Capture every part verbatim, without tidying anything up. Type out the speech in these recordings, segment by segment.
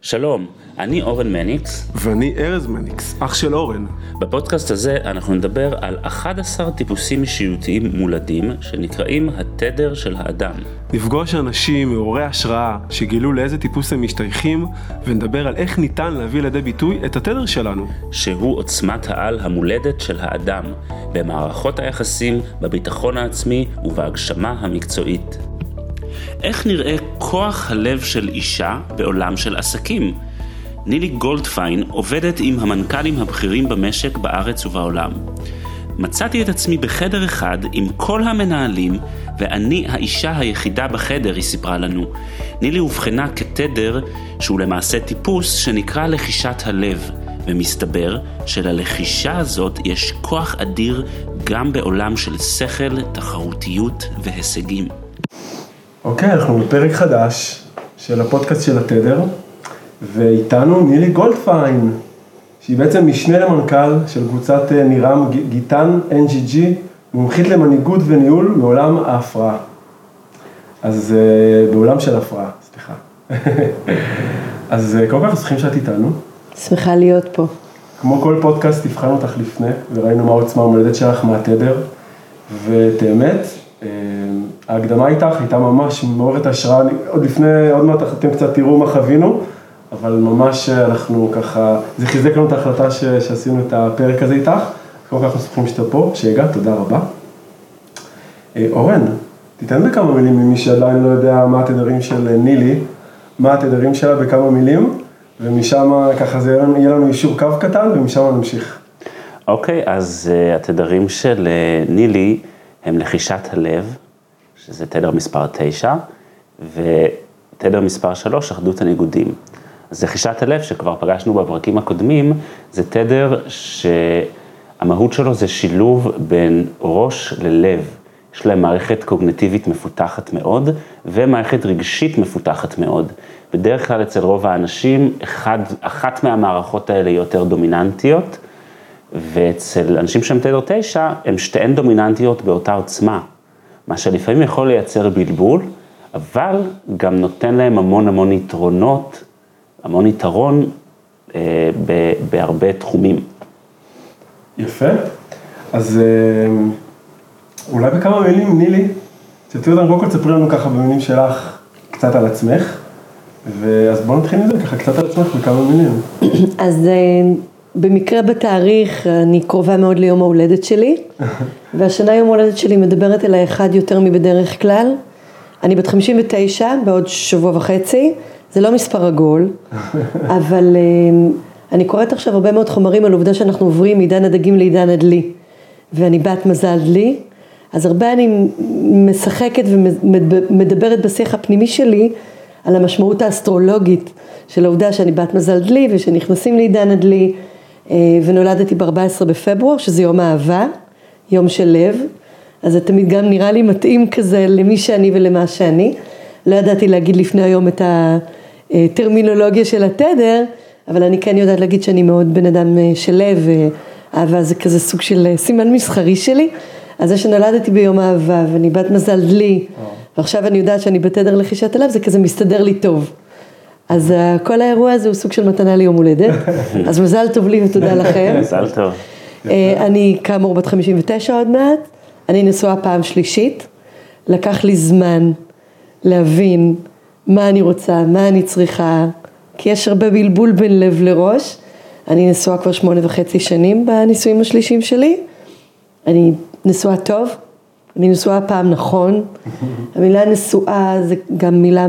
שלום, אני אורן מניקס. ואני ארז מניקס, אח של אורן. בפודקאסט הזה אנחנו נדבר על אחד עשר טיפוסים אישיותיים מולדים שנקראים התדר של האדם. נפגוש אנשים מעוררי השראה שגילו לאיזה טיפוס הם משתייכים, ונדבר על איך ניתן להביא לידי ביטוי את התדר שלנו. שהוא עוצמת העל המולדת של האדם, במערכות היחסים, בביטחון העצמי ובהגשמה המקצועית. איך נראה כוח הלב של אישה בעולם של עסקים? נילי גולדפיין עובדת עם המנכ"לים הבכירים במשק בארץ ובעולם. מצאתי את עצמי בחדר אחד עם כל המנהלים, ואני האישה היחידה בחדר, היא סיפרה לנו. נילי הובחנה כתדר שהוא למעשה טיפוס שנקרא לחישת הלב, ומסתבר שללחישה הזאת יש כוח אדיר גם בעולם של שכל, תחרותיות והישגים. אוקיי, אנחנו בפרק חדש של הפודקאסט של התדר, ואיתנו נילי גולדפיין, שהיא בעצם משנה למנכ"ל של קבוצת נירם גיטן אן ג'י ג'י, מומחית למנהיגות וניהול מעולם ההפרעה. אז בעולם של ההפרעה, סליחה. אז כל כך שמחים שאת איתנו. שמחה להיות פה. כמו כל פודקאסט, תבחנו אותך לפני, וראינו מה עוצמה המולדת שלך מהתדר, ותאמת, ההקדמה איתך הייתה ממש מעוררת השראה, עוד לפני, עוד מעט אתם קצת תראו מה חווינו, אבל ממש אנחנו ככה, זה חיזק לנו את ההחלטה ש, שעשינו את הפרק הזה איתך, כל כך שמחים שאתה פה, שהגעת, תודה רבה. אורן, תיתן בכמה מילים ממי שעדיין לא יודע מה התדרים של נילי, מה התדרים שלה בכמה מילים, ומשם ככה זה יהיה לנו אישור קו קטן, ומשם נמשיך. אוקיי, אז uh, התדרים של uh, נילי הם לחישת הלב, שזה תדר מספר תשע, ותדר מספר שלוש, אחדות הניגודים. אז לחישת הלב, שכבר פגשנו בפרקים הקודמים, זה תדר שהמהות שלו זה שילוב בין ראש ללב. יש להם מערכת קוגניטיבית מפותחת מאוד, ומערכת רגשית מפותחת מאוד. בדרך כלל אצל רוב האנשים, אחד, אחת מהמערכות האלה היא יותר דומיננטיות, ואצל אנשים שהם תדר תשע, הם שתיהן דומיננטיות באותה עוצמה. מה שלפעמים יכול לייצר בלבול, אבל גם נותן להם המון המון יתרונות, המון יתרון אה, ב, בהרבה תחומים. יפה. אז אה, אולי בכמה מילים, נילי, תצאי אותנו, קודם כל תספרי לנו ככה במילים שלך קצת על עצמך, ואז בואו נתחיל עם זה ככה קצת על עצמך בכמה מילים. אז אה, במקרה בתאריך אני קרובה מאוד ליום ההולדת שלי, והשנה יום ההולדת שלי מדברת אליי אחד יותר מבדרך כלל. אני בת חמישים ותשע בעוד שבוע וחצי, זה לא מספר עגול, אבל אני קוראת עכשיו הרבה מאוד חומרים על עובדה שאנחנו עוברים מעידן הדגים לעידן הדלי, ואני בת מזל דלי, אז הרבה אני משחקת ומדברת בשיח הפנימי שלי על המשמעות האסטרולוגית של העובדה שאני בת מזל דלי ושנכנסים לעידן הדלי, ונולדתי ב-ארבעה עשר בפברואר, שזה יום האהבה, יום של לב, אז זה תמיד גם נראה לי מתאים כזה למי שאני ולמה שאני. לא ידעתי להגיד לפני היום את הטרמינולוגיה של התדר, אבל אני כן יודעת להגיד שאני מאוד בן אדם של לב, ואהבה זה כזה סוג של סימן מסחרי שלי. אז זה שנולדתי ביום האהבה, ואני בת מזל דלי, ועכשיו אני יודעת שאני בתדר לחישת הלב, זה כזה מסתדר לי טוב. אז כל האירוע הזה הוא סוג של מתנה ליום הולדת, אז מזל טוב לי ותודה לכם. מזל טוב. אני כאמור בת חמישים ותשע עוד מעט, אני נשואה פעם שלישית, לקח לי זמן להבין מה אני רוצה, מה אני צריכה, כי יש הרבה בלבול בין לב לראש. אני נשואה כבר שמונה וחצי שנים בנישואים השלישיים שלי, אני נשואה טוב, אני נשואה פעם נכון, המילה נשואה זה גם מילה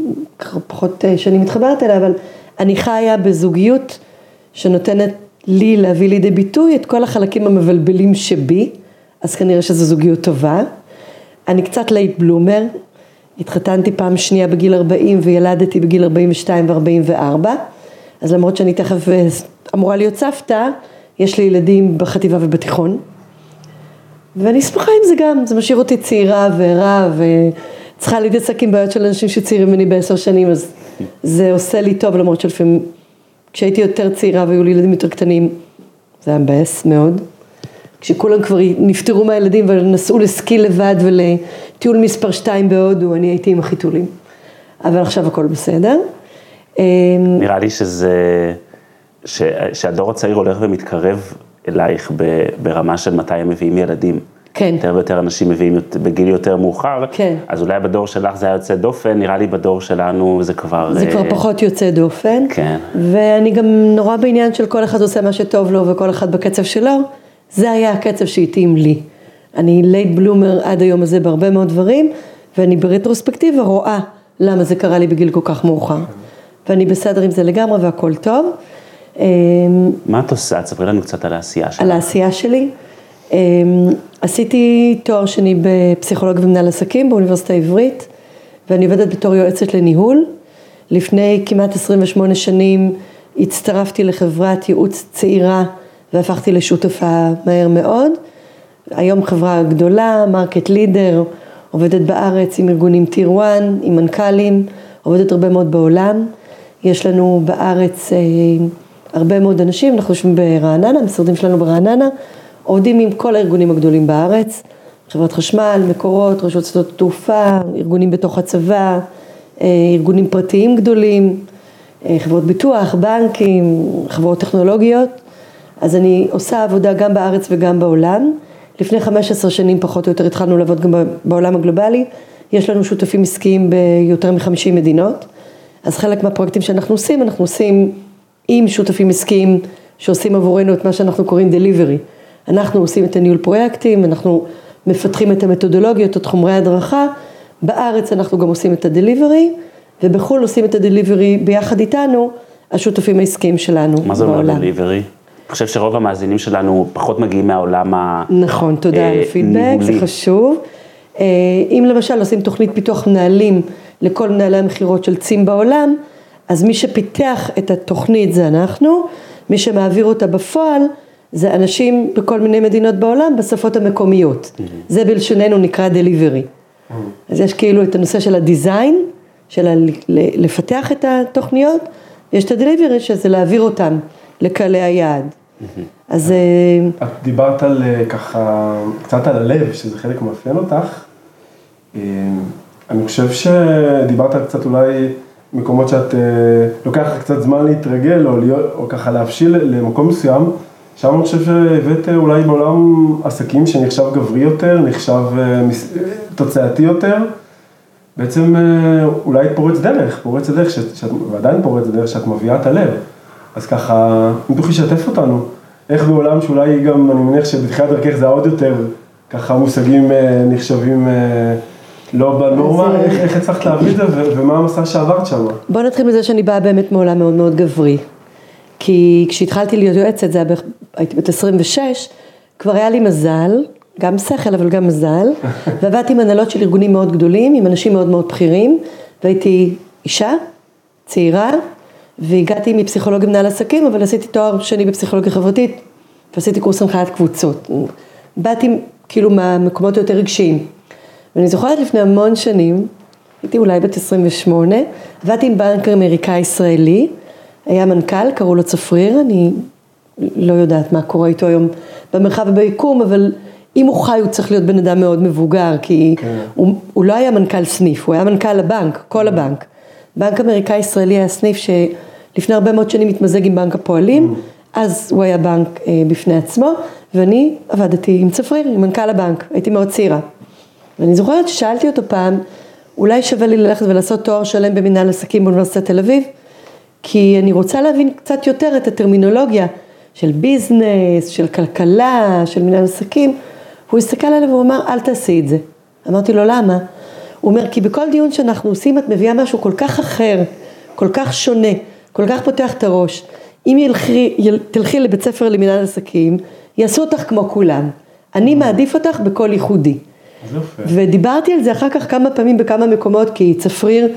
פחות שאני מתחברת אליה, אבל אני חיה בזוגיות שנותנת לי להביא לידי ביטוי את כל החלקים המבלבלים שבי, אז כנראה שזו זוגיות טובה. אני קצת לייט בלומר, התחתנתי פעם שנייה בגיל ארבעים וילדתי בגיל ארבעים ושתיים ו-ארבעים וארבע, אז למרות שאני תכף אמורה להיות סבתא, יש לי ילדים בחטיבה ובתיכון, ואני שמחה עם זה גם, זה משאיר אותי צעירה וערה, וצריכה להתעסק עם בעיות של אנשים שצעירים ממני בעשר שנים, אז זה עושה לי טוב, למרות שלפעמים, כשהייתי יותר צעירה והיו לי ילדים יותר קטנים, זה היה מבאס מאוד. כשכולם כבר נפטרו מהילדים ונסעו לסקי לבד ולטיול מספר שתיים בהודו, אני הייתי עם החיתולים. אבל עכשיו הכל בסדר. נראה לי שזה, ש, שהדור הצעיר הולך ומתקרב אלייך ברמה של מתי הם מביאים ילדים. כן. יותר ויותר אנשים מביאים בגיל יותר מאוחר. כן. אז אולי בדור שלך זה היה יוצא דופן, נראה לי בדור שלנו זה כבר... זה כבר פחות יוצא דופן. כן. ואני גם נורא בעניין של כל אחד עושה מה שטוב לו וכל אחד בקצב שלו, זה היה הקצב שהתאים לי. אני לייט בלומר עד היום הזה בהרבה מאוד דברים, ואני ברטרוספקטיבה רואה למה זה קרה לי בגיל כל כך מאוחר. ואני בסדר עם זה לגמרי והכל טוב. מה את עושה? תספרי לנו קצת על העשייה שלך. על העשייה שלי. עשיתי תואר שני בפסיכולוגיה ומנהל עסקים באוניברסיטה העברית, ואני עובדת בתור יועצת לניהול. לפני כמעט עשרים ושמונה שנים הצטרפתי לחברת ייעוץ צעירה, והפכתי לשותפה מהר מאוד. היום חברה גדולה, מרקט לידר, עובדת בארץ עם ארגונים טיר אחת, עם מנכ"לים, עובדת הרבה מאוד בעולם. יש לנו בארץ אה, הרבה מאוד אנשים, אנחנו יושבים ברעננה, המשרדים שלנו ברעננה, עובדים עם כל הארגונים הגדולים בארץ, חברת חשמל, מקורות, רשות שדות התעופה, ארגונים בתוך הצבא, אה, ארגונים פרטיים גדולים, אה, חברות ביטוח, בנקים, חברות טכנולוגיות. אז אני עושה עבודה גם בארץ וגם בעולם. לפני חמש עשרה שנים פחות או יותר התחלנו לעבוד גם בעולם הגלובלי. יש לנו שותפים עסקיים ביותר מ-חמישים מדינות. אז חלק מהפרויקטים שאנחנו עושים, אנחנו עושים עם שותפים עסקיים שעושים עבורנו את מה שאנחנו קוראים דליברי. אנחנו עושים את הניהול פרויקטים, אנחנו מפתחים את המתודולוגיות, את חומרי הדרכה. בארץ אנחנו גם עושים את הדליברי, ובחול עושים את הדליברי ביחד איתנו, השותפים העסקיים שלנו. מה זה אומר דליברי? אני חושב שרוב המאזינים שלנו פחות מגיעים מהעולם הניהולי. נכון, תודה על הפידבק, זה חשוב. אם למשל עושים תוכנית פיתוח מנהלים לכל מנהלי המחירות של צים בעולם, אז מי שפיתח את התוכנית זה אנחנו, מי שמעביר אותה בפועל זה אנשים בכל מיני מדינות בעולם בשפות המקומיות. Mm-hmm. זה בלשוננו נקרא דליברי. Mm-hmm. אז יש כאילו את הנושא של הדיזיין, של לפתח את התוכניות, ויש את הדליברי שזה להעביר אותם לקהלי היעד. Mm-hmm. אז... את דיברת על ככה, קצת על הלב, שזה חלק מאפיין אותך. אני חושב שדיברת על קצת אולי מקומות שאת לוקח קצת זמן להתרגל, או, להיות, או ככה להבשיל למקום מסוים, שם אני חושב שהבאת אולי בעולם עסקים שנחשב גברי יותר, נחשב תוצאתי יותר, בעצם אולי פורץ דרך, פורץ דרך, שאת, ועדיין פורץ דרך שאת מביאה את הלב. אז ככה, אם תוכלי לשתף אותנו, איך בעולם שאולי גם, אני מניח שבתחילת דרכך זה עוד יותר, ככה מושגים נחשבים לא בנורמה, איך, איך הצלחת להביא את זה ומה המסע שעברת שם? בוא נתחיל מזה שאני באה באמת מעולם מאוד מאוד גברי. כי כשהתחלתי להיות יועצת, זה היה, הייתי בת עשרים ושש, כבר היה לי מזל, גם שכל אבל גם מזל, ועבדתי עם הנהלות של ארגונים מאוד גדולים, עם אנשים מאוד מאוד בכירים, והייתי אישה, צעירה, והגעתי מפסיכולוגיה מנהל עסקים, אבל עשיתי תואר שני בפסיכולוגיה חברתית, ועשיתי קורס הנחיית קבוצות. באתי כאילו מהמקומות יותר רגשיים. ואני זוכרת לפני המון שנים, הייתי אולי בת עשרים ושמונה, עבדתי עם בנק אמריקאי ישראלי, היה מנכ"ל, קראו לו צפריר, אני לא יודעת מה קורה איתו היום במרחב וביקום, אבל אם הוא חי הוא צריך להיות בן אדם מאוד מבוגר, כי okay. הוא, הוא לא היה מנכ"ל סניף, הוא היה מנכ"ל הבנק, כל הבנק. בנק אמריקאי ישראלי היה סניף שלפני הרבה מאוד שנים התמזג עם בנק הפועלים, mm. אז הוא היה בנק אה, בפני עצמו, ואני עבדתי עם צפריר, עם מנכ"ל הבנק, הייתי מאוד צעירה. ואני זוכרת ששאלתי אותו פעם, אולי שווה לי ללכת ולעשות תואר שלם במנהל עסקים באוניברסיטת תל אביב, כי אני רוצה להבין קצת יותר את הטרמינולוגיה של ביזנס, של כלכלה, של מנהל עסקים. הוא הסתכל עליו והוא אמר, אל תעשי את זה. אמרתי לו, למה? הוא אומר, כי בכל דיון שאנחנו עושים, את מביאה משהו כל כך אחר, כל כך שונה, כל כך פותח את הראש. אם ילכי, יל, תלכי לבית ספר למנהל עסקים, יעשו אותך כמו כולם. אני מעדיף אותך בכל ייחודי. ודיברתי על זה אחר כך כמה פעמים בכמה מקומות, כי צפריר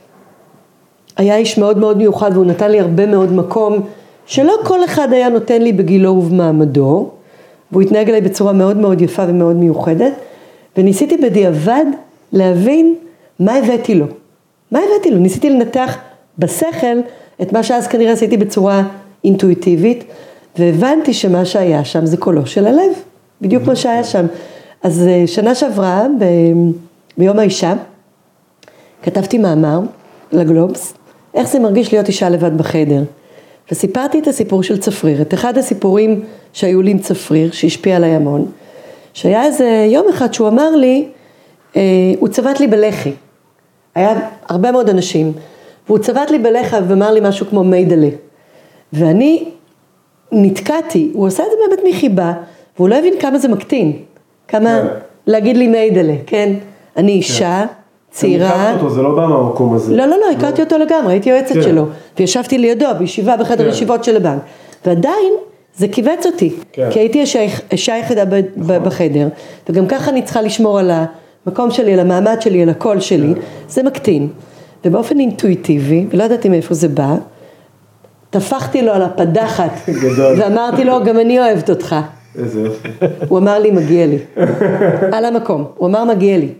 היה איש מאוד מאוד מיוחד, והוא נתן לי הרבה מאוד מקום, שלא כל אחד היה נותן לי בגילו ובמעמדו, והוא התנהג אליי בצורה מאוד מאוד יפה ומאוד מיוחדת, וניסיתי בדיעבד להבין מה הבאתי לו. מה הבאתי לו? ניסיתי לנתח בשכל את מה שאז כנראה עשיתי בצורה אינטואיטיבית, והבנתי שמה שהיה שם זה קולו של הלב, בדיוק מה שהיה שם. אז שנה שעברה, ב... ביום האישה, כתבתי מאמר לגלובס, איך זה מרגיש להיות אישה לבד בחדר. וסיפרתי את הסיפור של צפריר, את אחד הסיפורים שהיו לי עם צפריר, שהשפיע עליי המון, שהיה איזה יום אחד שהוא אמר לי, אה, הוא צבט לי בלחי, היה הרבה מאוד אנשים, והוא צבט לי בלחי ואמר לי משהו כמו מיידלה, ואני נתקעתי, הוא עושה את זה באמת מחיבה, והוא לא הבין כמה זה מקטין, כמה כן. להגיד לי מיידלה, כן? אני אישה, כן. צעירה. אני הכרתי אותו, זה לא בא מהמקום הזה. לא, לא, לא, הכרתי אותו לגמרי, הייתי יועצת שלו, וישבתי לידו בישיבה בחדר ישיבות של הבנק, ועדיין זה קיבץ אותי, כי הייתי אישה יחידה בחדר, וגם ככה אני צריכה לשמור על המקום שלי, על המעמד שלי, על הקול שלי, זה מקטין, ובאופן אינטואיטיבי, ולא ידעתי מאיפה זה בא, טפחתי לו על הפדחת, ואמרתי לו, גם אני אוהבת אותך. איזה יופי. הוא אמר לי, מגיע לי. על המקום, הוא אמר, מגיע לי.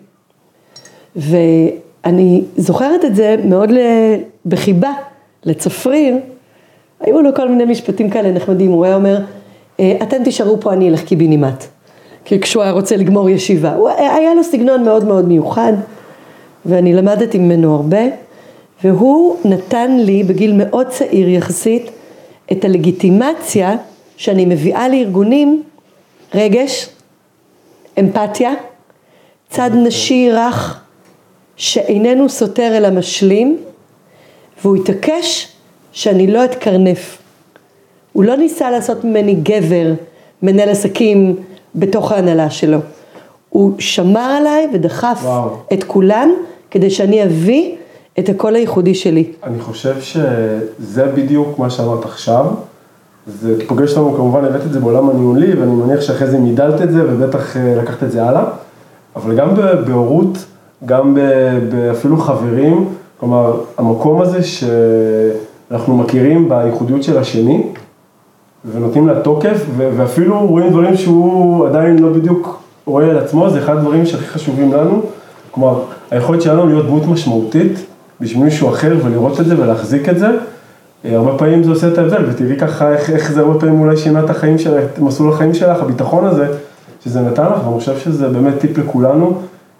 ואני זוכרת את זה מאוד בחיבה, לצפריר, היו לו כל מיני משפטים כאלה נחמדים, הוא היה אומר, אתם תישארו פה, אני אלך קיבינימט, כי כשהוא היה רוצה לגמור ישיבה, הוא, היה לו סגנון מאוד מאוד מיוחד, ואני למדתי ממנו הרבה, והוא נתן לי בגיל מאוד צעיר יחסית, את הלגיטימציה שאני מביאה לארגונים, רגש, אמפתיה, צד נשי רך, שאיננו סותר אלא משלים, והוא התעקש שאני לא אתקרנף. הוא לא ניסה לעשות ממני גבר, מנהל עסקים בתוך ההנהלה שלו. הוא שמר עליי ודחף וואו. את כולם, כדי שאני אביא את הקול הייחודי שלי. אני חושב שזה בדיוק מה שאמרת עכשיו. זה פוגש לנו, כמובן הבאת את זה בעולם הניהולי, ואני מניח שאחרי זה מידלת את זה, ובטח לקחת את זה הלאה. אבל גם בהורות, גם אפילו חברים, כלומר, המקום הזה שאנחנו מכירים בייחודיות של השני, ונותנים לה תוקף, ואפילו רואים דברים שהוא עדיין לא בדיוק רואה על עצמו, זה אחד הדברים שהכי חשובים לנו. כלומר, היכולת שלנו להיות דמות משמעותית, בשביל מישהו אחר, ולראות את זה ולהחזיק את זה, הרבה פעמים זה עושה את ההבדל, ותראי ככה איך, איך זה הרבה פעמים אולי שינה את החיים שלך, את מסלול החיים שלך, הביטחון הזה, שזה נתן לך, ואני חושב שזה באמת טיפ לכולנו,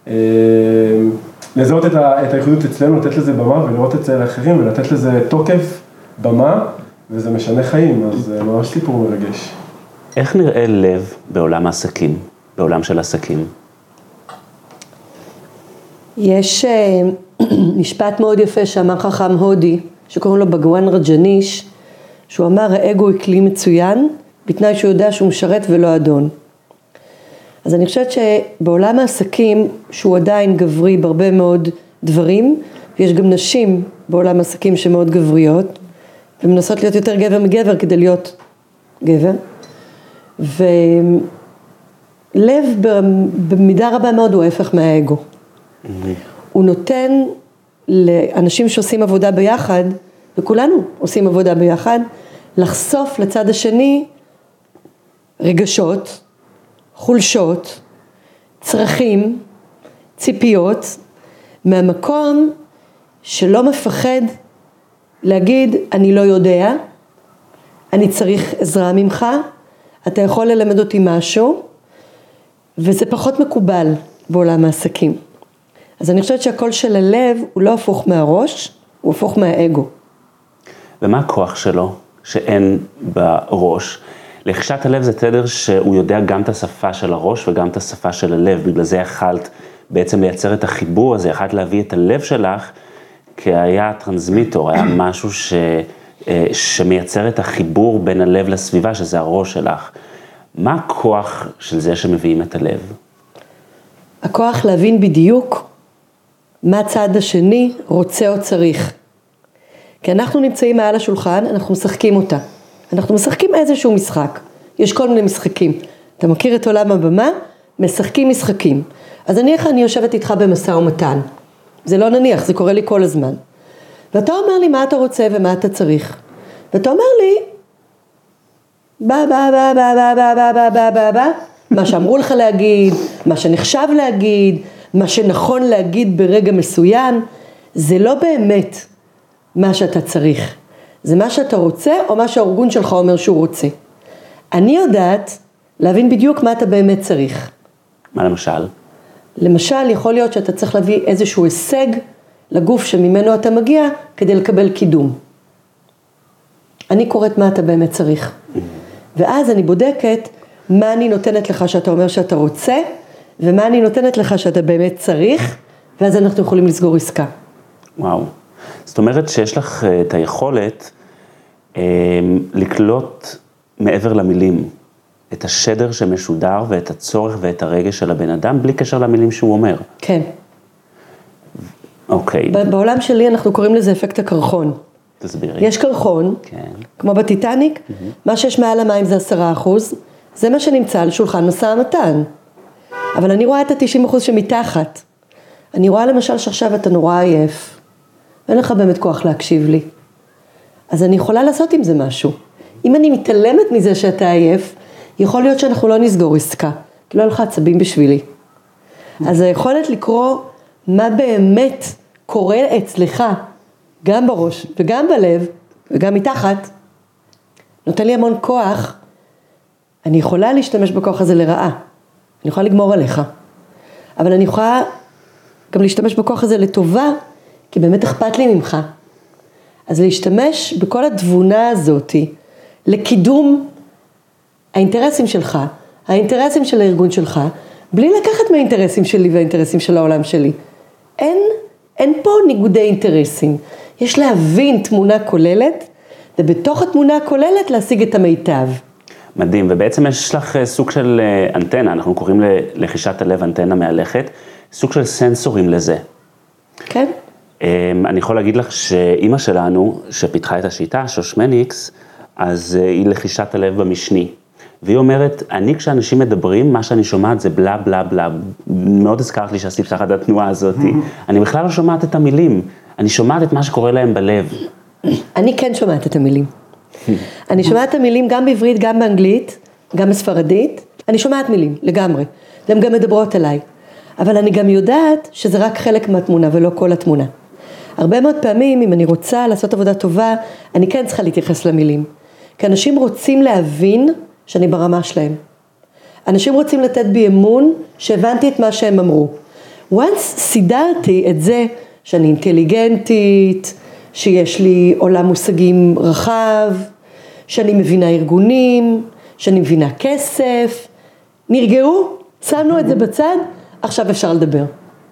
לזהות את, ה, את הייחודיות אצלנו, לתת לזה במה, ולראות את זה לאחרים, ולתת לזה תוקף, במה, וזה משנה חיים, אז זה ממש סיפור מרגש. איך נראה לב בעולם העסקים, בעולם של עסקים? יש משפט מאוד יפה שאמר חכם הודי, שקוראים לו בגואן רג'ניש, שהוא אמר, האגו הוא כלי מצוין, בתנאי שהוא יודע שהוא משרת ולא אדון. אז אני חושבת שבעולם העסקים, שהוא עדיין גברי בהרבה מאוד דברים, ויש גם נשים בעולם העסקים שמאוד גבריות, ומנסות להיות יותר גבר מגבר כדי להיות גבר. ולב במידה רבה מאוד הוא ההפך מהאגו. הוא נותן לאנשים שעושים עבודה ביחד, וכולנו עושים עבודה ביחד, לחשוף לצד השני רגשות, חולשות, צרכים, ציפיות, מהמקום שלא מפחד להגיד, אני לא יודע, אני צריך עזרה ממך, אתה יכול ללמד אותי משהו, וזה פחות מקובל בעולם העסקים. אז אני חושבת שהקול של הלב הוא לא הפוך מהראש, הוא הפוך מהאגו. ומה הכוח שלו שאין בראש? לחישת הלב זה תדר שהוא יודע גם את השפה של הראש וגם את השפה של הלב, בגלל זה יכלת בעצם לייצר את החיבור הזה, יכלת להביא את הלב שלך, כי היה טרנסמיטור, היה משהו ש, שמייצר את החיבור בין הלב לסביבה, שזה הראש שלך. מה הכוח של זה שמביאים את הלב? הכוח להבין בדיוק מה הצד השני רוצה או צריך. כי אנחנו נמצאים מעל השולחן, אנחנו משחקים אותה. אנחנו משחקים איזשהו משחק. יש כל מיני משחקים. אתה מכיר את עולם הבמה? משחקים משחקים. אז נניח אני יושבת איתך במשא ומתן. זה לא נניח, זה קורה לי כל הזמן. ואתה אומר לי מה אתה רוצה ומה אתה צריך. ואתה אומר לי, בא, בא, בא, בא, בא, בא, בא, בא, בא, בא, בא, מה שאמרו לך להגיד, מה שנחשב להגיד, מה שנכון להגיד ברגע מסוים, זה לא באמת מה שאתה צריך. זה מה שאתה רוצה או מה שהארגון שלך אומר שהוא רוצה. אני יודעת להבין בדיוק מה אתה באמת צריך. מה למשל? למשל, יכול להיות שאתה צריך להביא איזשהו הישג לגוף שממנו אתה מגיע, כדי לקבל קידום. אני קוראת מה אתה באמת צריך. ואז אני בודקת מה אני נותנת לך שאתה אומר שאתה רוצה, ומה אני נותנת לך שאתה באמת צריך, ואז אנחנו יכולים לסגור עסקה. וואו. זאת אומרת שיש לך את היכולת אה, לקלוט מעבר למילים, את השדר שמשודר ואת הצורך ואת הרגש של הבן אדם, בלי קשר למילים שהוא אומר. כן. אוקיי. בעולם שלי אנחנו קוראים לזה אפקט הקרחון. תסבירי. יש קרחון, כן. כמו בטיטניק, mm-hmm. מה שיש מעל המים זה עשרה אחוז, זה מה שנמצא על שולחן משא ומתן. אבל אני רואה את ה-תשעים אחוז שמתחת. אני רואה למשל שעכשיו אתה נורא עייף, ואין לך באמת כוח להקשיב לי. אז אני יכולה לעשות עם זה משהו. אם אני מתעלמת מזה שאתה עייף, יכול להיות שאנחנו לא נסגור עסקה, כי לא הלכה עצבים בשבילי. אז היכולת לקרוא מה באמת קורה אצלך, גם בראש וגם בלב וגם מתחת, נותן לי המון כוח. אני יכולה להשתמש בכוח הזה לרעה, אני יכולה לגמור עליך, אבל אני יכולה גם להשתמש בכוח הזה לטובה, כי באמת אכפת לי ממך. אז להשתמש בכל התבונה הזאת לקידום האינטרסים שלך, האינטרסים של הארגון שלך, בלי לקחת מהאינטרסים שלי והאינטרסים של העולם שלי. אין, אין פה ניגודי אינטרסים. יש להבין תמונה כוללת, ובתוך התמונה הכוללת להשיג את המיטב. מדהים, ובעצם יש לך סוג של אנטנה, אנחנו קוראים ללחישת הלב אנטנה מהלכת, סוג של סנסורים לזה. כן. אני יכול להגיד לך שאימא שלנו, שפיתחה את השיטה, שוש מניקס, אז היא לחישת הלב במשני. והיא אומרת, אני כשאנשים מדברים, מה שאני שומעת זה בלה בלה בלה. מאוד הזכרת לי שעשית תחת התנועה הזאת. אני בכלל לא שומעת את המילים, אני שומעת את מה שקורה להם בלב. אני כן שומעת את המילים. אני שומעת את המילים גם בעברית, גם באנגלית, גם בספרדית. אני שומעת מילים, לגמרי. והן גם מדברות עליי. אבל אני גם יודעת שזה רק חלק מהתמונה ולא כל התמונה. הרבה מאוד פעמים, אם אני רוצה לעשות עבודה טובה, אני כן צריכה להתייחס למילים. כי אנשים רוצים להבין שאני ברמה שלהם. אנשים רוצים לתת בי אמון שהבנתי את מה שהם אמרו. once סידרתי את זה שאני אינטליגנטית, שיש לי עולם מושגים רחב, שאני מבינה ארגונים, שאני מבינה כסף, נרגעו, שמנו את זה בצד, עכשיו אפשר לדבר.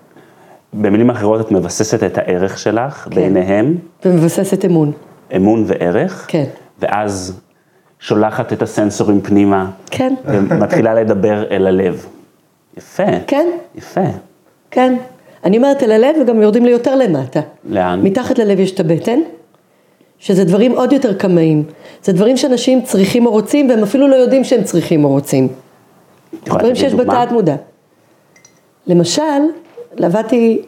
במילים אחרות את מבססת את הערך שלך כן. ביניהם. ומבססת אמון. אמון וערך. כן. ואז שולחת את הסנסורים פנימה. כן. ומתחילה לדבר אל הלב. יפה. כן. יפה. כן. אני אומרת אל הלב וגם יורדים לי יותר למטה. לאן? מתחת ללב יש את הבטן, שזה דברים עוד יותר קמאים. זה דברים שאנשים צריכים או רוצים, והם אפילו לא יודעים שהם צריכים או רוצים. דברים שיש בתת מודע. למשל, לעבדתי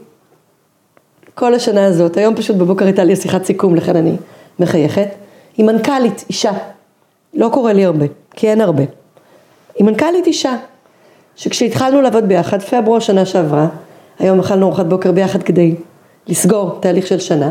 כל השנה הזאת, היום פשוט בבוקר הייתה לי שיחת סיכום, לכן אני מחייכת, היא מנכ"לית אישה, לא קורה לי הרבה, כי אין הרבה. היא מנכ"לית אישה, שכשהתחלנו לעבוד ביחד, פברואר שנה שעברה, היום אכלנו ארוחת בוקר ביחד כדי לסגור תהליך של שנה,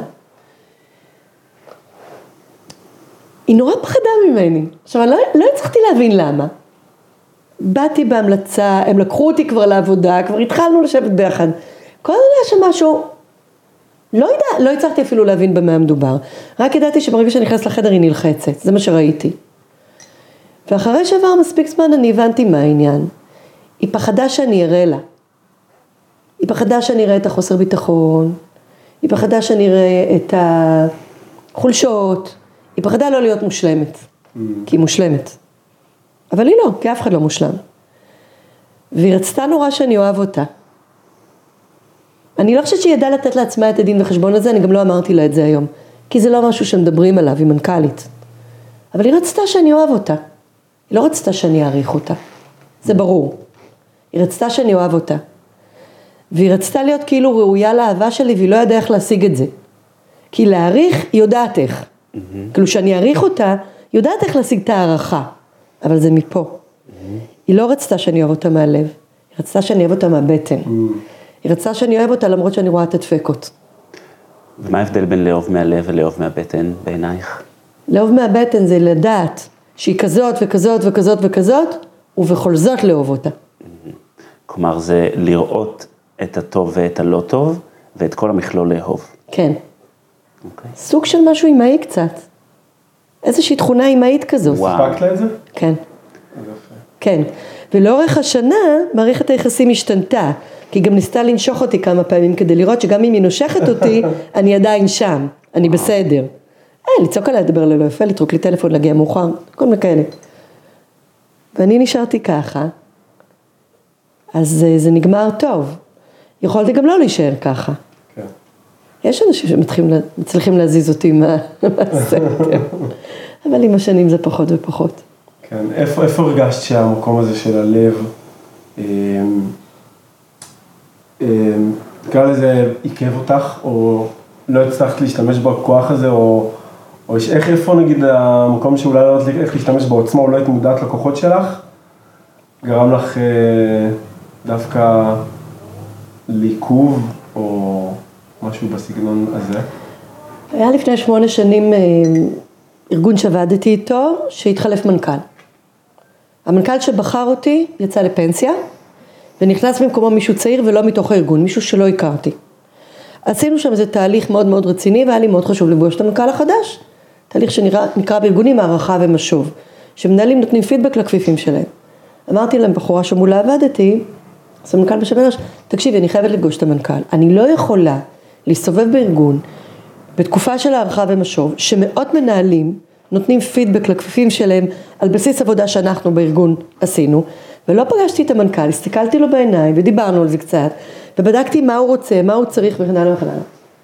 היא נורא פחדה ממני. עכשיו, אני לא, לא הצלחתי להבין למה. באתי בהמלצה, הם לקחו אותי כבר לעבודה, כבר התחלנו לשבת ביחד. כל הזמן היה שם משהו, לא יודע, לא הצלחתי אפילו להבין במה מדובר. רק ידעתי שברגע שאני נכנס לחדר היא נלחצת, זה מה שראיתי. ואחרי שעבר מספיק זמן אני הבנתי מה העניין. היא פחדה שאני אראה לה. היא פחדה שאני אראה את החוסר ביטחון, היא פחדה שאני אראה את החולשות, היא פחדה לא להיות מושלמת, mm. כי היא מושלמת. אבל היא לא, כי אף אחד לא מושלם. והיא רצתה נורא שאני אוהב אותה. אני לא חושבת שהיא ידעה לתת לעצמה את הדין וחשבון הזה, אני גם לא אמרתי לה את זה היום, כי זה לא משהו שמדברים עליו, היא מנכ"לית. אבל היא רצתה שאני אוהב אותה. היא לא רצתה שאני אעריך אותה. זה ברור. היא רצתה שאני אוהב אותה. והיא רצתה להיות כאילו ראויה לאהבה שלי, והיא לא ידעה איך להשיג את זה. כי להעריך, היא יודעת איך. Mm-hmm. כאילו שאני אעריך אותה, היא יודעת איך להשיג את הערכה. אבל זה מפה. Mm-hmm. היא לא רצתה שאני אוהב אותה מהלב. היא רצתה שאני אוהב אותה מהבטן. Mm-hmm. היא רצתה שאני אוהב אותה למרות שאני רואה את הדפקות. ומה ההבדל בין לאהוב מהלב ולאהוב מהבטן בעינייך? לאהוב מהבטן זה לדעת שהיא כזאת וכזאת וכזאת וכזאת, ובכל זאת לאהוב אותה. כלומר זה לראות את הטוב ואת הלא טוב, ואת כל המכלול לאהוב. כן. אוקיי. סוג של משהו אימהי קצת. איזושהי תכונה אימהית כזאת. וואו. סיפקת לה את זה? כן. כן. ולאורך השנה, מערכת היחסים השתנתה, כי היא גם ניסתה לנשוך אותי כמה פעמים כדי לראות שגם אם היא נושכת אותי, אני עדיין שם, אני בסדר. אה, לצעוק עליה, לדבר עליה לא יפה, לתרוק לי טלפון, להגיע מאוחר, כל מיני כאלה. ואני נשארתי ככה, אז זה נגמר טוב. יכולתי גם לא להישאר ככה. כן. יש אנשים שמצליחים להזיז אותי מהסדר, אבל עם השנים זה פחות ופחות. כן, איפה, איפה הרגשת שהמקום הזה של הלב, נקרא לזה עיכב אותך, או לא הצלחת להשתמש בכוח הזה, או, או איך איפה נגיד המקום שאולי לא יודעת איך להשתמש בעוצמה, או לא היית מודעת לכוחות שלך, גרם לך דווקא לעיכוב, או משהו בסגנון הזה? היה לפני שמונה שנים ארגון שעבדתי איתו, שהתחלף מנכ"ל. המנכ"ל שבחר אותי יצא לפנסיה, ונכנס במקומו מישהו צעיר ולא מתוך הארגון, מישהו שלא הכרתי. עשינו שם איזה תהליך מאוד מאוד רציני, והיה לי מאוד חשוב לפגוש את המנכ"ל החדש. תהליך שנקרא בארגונים הערכה ומשוב, שמנהלים נותנים פידבק לכפיפים שלהם. אמרתי להם, בחורה שמולה עבדתי, אז המנכ"ל בשבילש, תקשיבי, אני חייבת לפגוש את המנכ"ל. אני לא יכולה להסתובב בארגון, בתקופה של הערכה ומשוב, שמאות מנהלים נותנים פידבק לכפיפים שלהם, על בסיס עבודה שאנחנו בארגון עשינו, ולא פגשתי את המנכ"ל, הסתכלתי לו בעיניים, ודיברנו על זה קצת, ובדקתי מה הוא רוצה, מה הוא צריך, וכן הלאה וכן